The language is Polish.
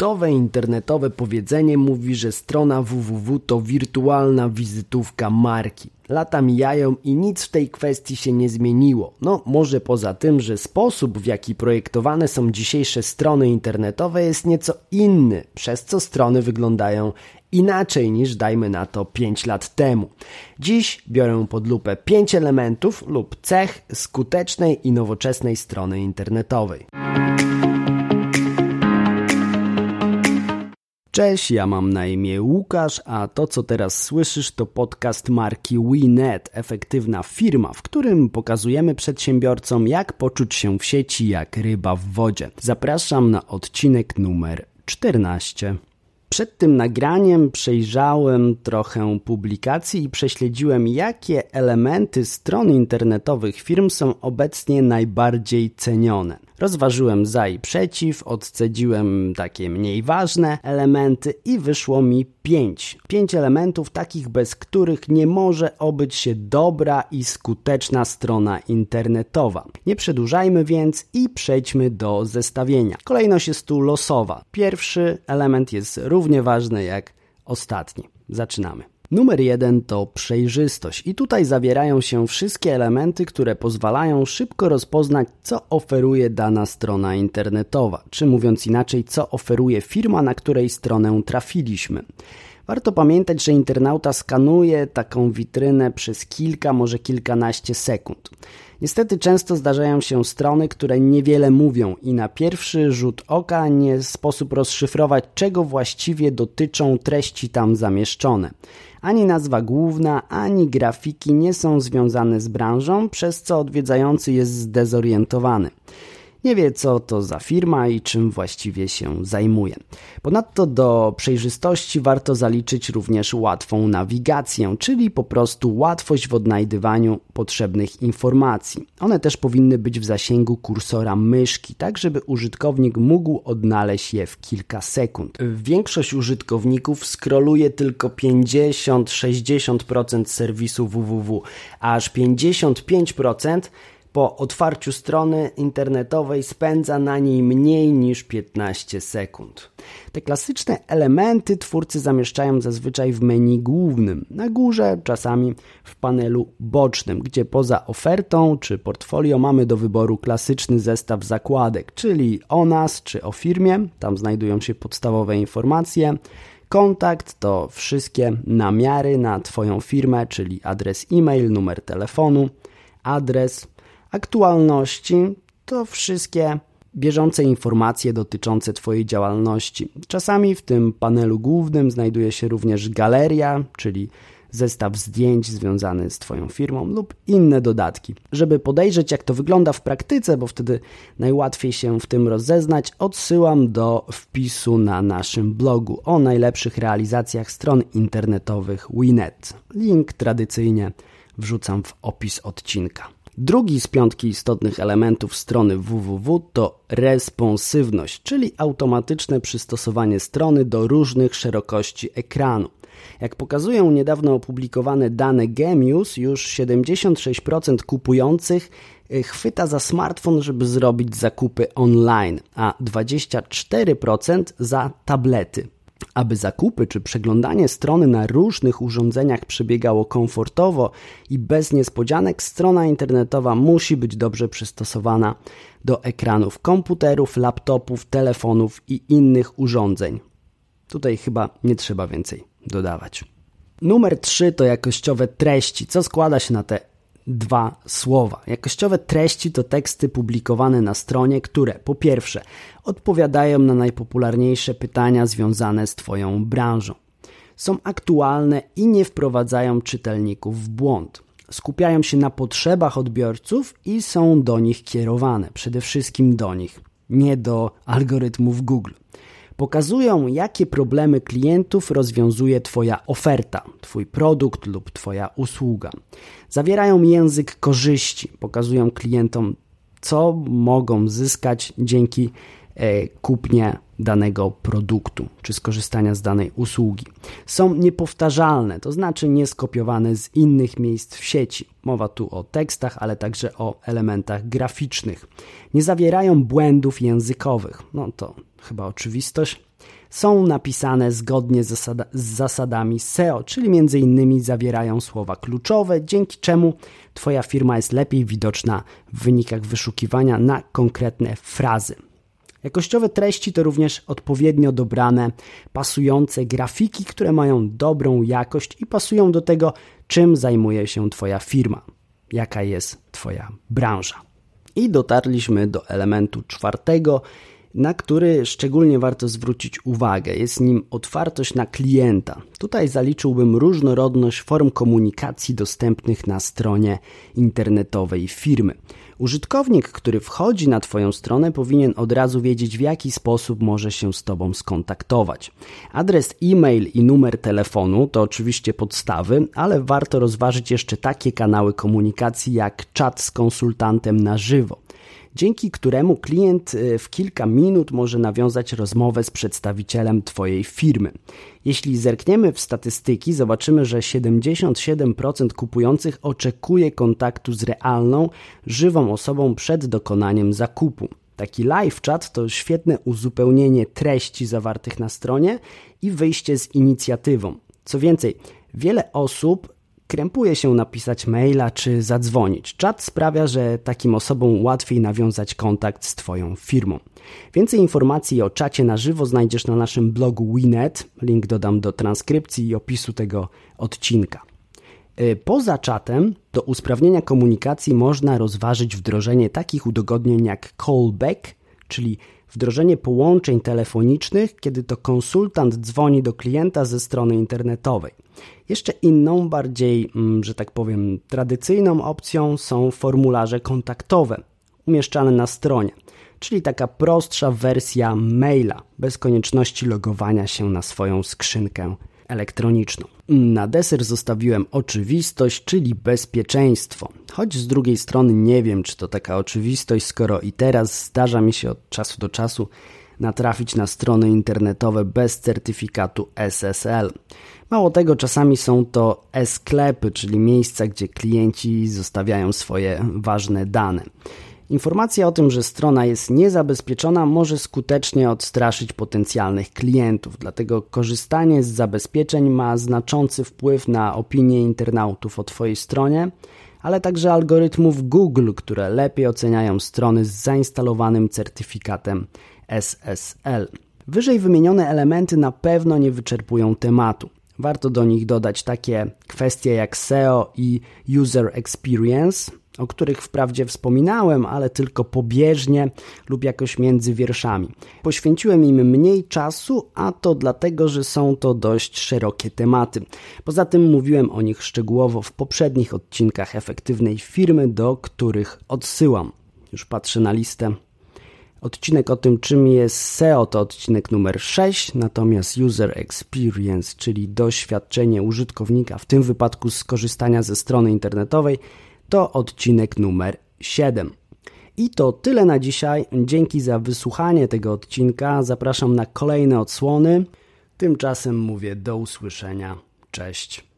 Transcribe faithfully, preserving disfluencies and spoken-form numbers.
kultowe internetowe powiedzenie mówi, że strona www to wirtualna wizytówka marki. Lata mijają i nic w tej kwestii się nie zmieniło. No może poza tym, że sposób, w jaki projektowane są dzisiejsze strony internetowe jest nieco inny, przez co strony wyglądają inaczej niż dajmy na to pięć lat temu. Dziś biorę pod lupę pięć elementów lub cech skutecznej i nowoczesnej strony internetowej. Cześć, ja mam na imię Łukasz, a to co teraz słyszysz to podcast marki We kropka net, efektywna firma, w którym pokazujemy przedsiębiorcom jak poczuć się w sieci jak ryba w wodzie. Zapraszam na odcinek numer czternaście. Przed tym nagraniem przejrzałem trochę publikacji i prześledziłem, jakie elementy stron internetowych firm są obecnie najbardziej cenione. Rozważyłem za i przeciw, odcedziłem takie mniej ważne elementy i wyszło mi pięć. Pięć elementów takich, bez których nie może obyć się dobra i skuteczna strona internetowa. Nie przedłużajmy więc i przejdźmy do zestawienia. Kolejność jest tu losowa. Pierwszy element jest równie ważny jak ostatni. Zaczynamy. Numer jeden to przejrzystość i tutaj zawierają się wszystkie elementy, które pozwalają szybko rozpoznać, co oferuje dana strona internetowa, czy mówiąc inaczej, co oferuje firma, na której stronę trafiliśmy. Warto pamiętać, że internauta skanuje taką witrynę przez kilka, może kilkanaście sekund. Niestety często zdarzają się strony, które niewiele mówią i na pierwszy rzut oka nie sposób rozszyfrować, czego właściwie dotyczą treści tam zamieszczone. Ani nazwa główna, ani grafiki nie są związane z branżą, przez co odwiedzający jest zdezorientowany. Nie wie, co to za firma i czym właściwie się zajmuje. Ponadto do przejrzystości warto zaliczyć również łatwą nawigację, czyli po prostu łatwość w odnajdywaniu potrzebnych informacji. One też powinny być w zasięgu kursora myszki, tak żeby użytkownik mógł odnaleźć je w kilka sekund. Większość użytkowników scrolluje tylko pięćdziesiąt do sześćdziesięciu procent serwisu www, a aż pięćdziesiąt pięć procent po otwarciu strony internetowej spędza na niej mniej niż piętnaście sekund. Te klasyczne elementy twórcy zamieszczają zazwyczaj w menu głównym, na górze, czasami w panelu bocznym, gdzie poza ofertą czy portfolio mamy do wyboru klasyczny zestaw zakładek, czyli o nas czy o firmie, tam znajdują się podstawowe informacje. Kontakt to wszystkie namiary na Twoją firmę, czyli adres e-mail, numer telefonu, adres. Aktualności to wszystkie bieżące informacje dotyczące Twojej działalności. Czasami w tym panelu głównym znajduje się również galeria, czyli zestaw zdjęć związany z Twoją firmą lub inne dodatki. Żeby podejrzeć, jak to wygląda w praktyce, bo wtedy najłatwiej się w tym rozeznać, odsyłam do wpisu na naszym blogu o najlepszych realizacjach stron internetowych We kropka net. Link tradycyjnie wrzucam w opis odcinka. Drugi z piątki istotnych elementów strony www to responsywność, czyli automatyczne przystosowanie strony do różnych szerokości ekranu. Jak pokazują niedawno opublikowane dane Gemius, już siedemdziesiąt sześć procent kupujących chwyta za smartfon, żeby zrobić zakupy online, a dwadzieścia cztery procent za tablety. Aby zakupy czy przeglądanie strony na różnych urządzeniach przebiegało komfortowo i bez niespodzianek, strona internetowa musi być dobrze przystosowana do ekranów komputerów, laptopów, telefonów i innych urządzeń. Tutaj chyba nie trzeba więcej dodawać. Numer trzy to jakościowe treści, co składa się na te dwa słowa. Jakościowe treści to teksty publikowane na stronie, które po pierwsze odpowiadają na najpopularniejsze pytania związane z Twoją branżą. Są aktualne i nie wprowadzają czytelników w błąd. Skupiają się na potrzebach odbiorców i są do nich kierowane. Przede wszystkim do nich, nie do algorytmów Google. Pokazują, jakie problemy klientów rozwiązuje Twoja oferta, Twój produkt lub Twoja usługa. Zawierają język korzyści, pokazują klientom, co mogą zyskać dzięki e, kupnie danego produktu czy skorzystania z danej usługi. Są niepowtarzalne, to znaczy nieskopiowane z innych miejsc w sieci. Mowa tu o tekstach, ale także o elementach graficznych. Nie zawierają błędów językowych. No to chyba oczywistość. Są napisane zgodnie z, zasada, z zasadami S E O, czyli między innymi zawierają słowa kluczowe, dzięki czemu Twoja firma jest lepiej widoczna w wynikach wyszukiwania na konkretne frazy. Jakościowe treści to również odpowiednio dobrane, pasujące grafiki, które mają dobrą jakość i pasują do tego, czym zajmuje się Twoja firma, jaka jest Twoja branża. I dotarliśmy do elementu czwartego, na który szczególnie warto zwrócić uwagę. Jest nim otwartość na klienta. Tutaj zaliczyłbym różnorodność form komunikacji dostępnych na stronie internetowej firmy. Użytkownik, który wchodzi na Twoją stronę, powinien od razu wiedzieć, w jaki sposób może się z Tobą skontaktować. Adres e-mail i numer telefonu to oczywiście podstawy, ale warto rozważyć jeszcze takie kanały komunikacji jak czat z konsultantem na żywo, dzięki któremu klient w kilka minut może nawiązać rozmowę z przedstawicielem Twojej firmy. Jeśli zerkniemy w statystyki, zobaczymy, że siedemdziesiąt siedem procent kupujących oczekuje kontaktu z realną, żywą osobą przed dokonaniem zakupu. Taki live chat to świetne uzupełnienie treści zawartych na stronie i wyjście z inicjatywą. Co więcej, wiele osób krępuje się napisać maila czy zadzwonić. Czat sprawia, że takim osobom łatwiej nawiązać kontakt z Twoją firmą. Więcej informacji o czacie na żywo znajdziesz na naszym blogu Winet. Link dodam do transkrypcji i opisu tego odcinka. Poza czatem do usprawnienia komunikacji można rozważyć wdrożenie takich udogodnień jak callback, czyli wdrożenie połączeń telefonicznych, kiedy to konsultant dzwoni do klienta ze strony internetowej. Jeszcze inną, bardziej, że tak powiem, tradycyjną opcją są formularze kontaktowe umieszczane na stronie, czyli taka prostsza wersja maila, bez konieczności logowania się na swoją skrzynkę elektroniczną. Na deser zostawiłem oczywistość, czyli bezpieczeństwo. Choć z drugiej strony nie wiem, czy to taka oczywistość, skoro i teraz zdarza mi się od czasu do czasu natrafić na strony internetowe bez certyfikatu S S L. Mało tego, czasami są to e-sklepy, czyli miejsca, gdzie klienci zostawiają swoje ważne dane. Informacja o tym, że strona jest niezabezpieczona, może skutecznie odstraszyć potencjalnych klientów, dlatego korzystanie z zabezpieczeń ma znaczący wpływ na opinię internautów o Twojej stronie, ale także algorytmów Google, które lepiej oceniają strony z zainstalowanym certyfikatem S S L. Wyżej wymienione elementy na pewno nie wyczerpują tematu. Warto do nich dodać takie kwestie jak S E O i User Experience, o których wprawdzie wspominałem, ale tylko pobieżnie lub jakoś między wierszami. Poświęciłem im mniej czasu, a to dlatego, że są to dość szerokie tematy. Poza tym mówiłem o nich szczegółowo w poprzednich odcinkach Efektywnej Firmy, do których odsyłam. Już patrzę na listę. Odcinek o tym, czym jest S E O, to odcinek numer sześć, natomiast User Experience, czyli doświadczenie użytkownika, w tym wypadku skorzystania ze strony internetowej, to odcinek numer siedem. I to tyle na dzisiaj. Dzięki za wysłuchanie tego odcinka. Zapraszam na kolejne odsłony. Tymczasem mówię do usłyszenia. Cześć.